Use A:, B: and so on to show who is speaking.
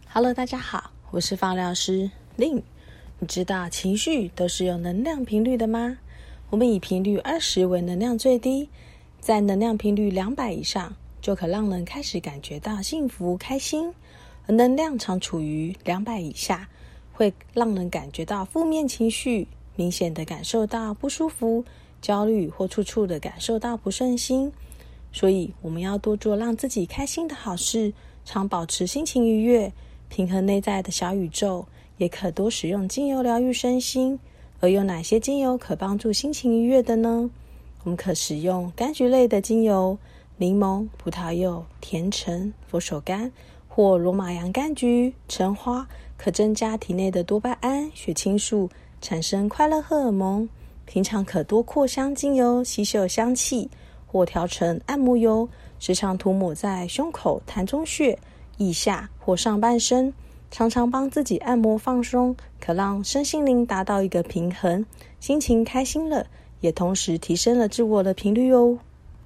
A: Hello， 大家好，我是芳疗师 Lin。你知道情绪都是有能量频率的吗？我们以频率20为能量最低，在能量频率200以上，就可让人开始感觉到幸福开心；而能量常处于200以下，会让人感觉到负面情绪，明显的感受到不舒服、焦虑或处处的感受到不顺心。所以我们要多做让自己开心的好事，常保持心情愉悦，平衡内在的小宇宙，也可多使用精油疗愈身心。而有哪些精油可帮助心情愉悦的呢？我们可使用柑橘类的精油，柠檬、葡萄柚、甜橙、佛手柑或罗马洋甘菊、橙花，可增加体内的多巴胺、血清素，产生快乐荷尔蒙。平常可多扩香精油，吸嗅香气，或调成按摩油，时常涂抹在胸口、膻中穴、腋下或上半身，常常帮自己按摩放松，可让身心灵达到一个平衡，心情开心了，也同时提升了自我的频率哦。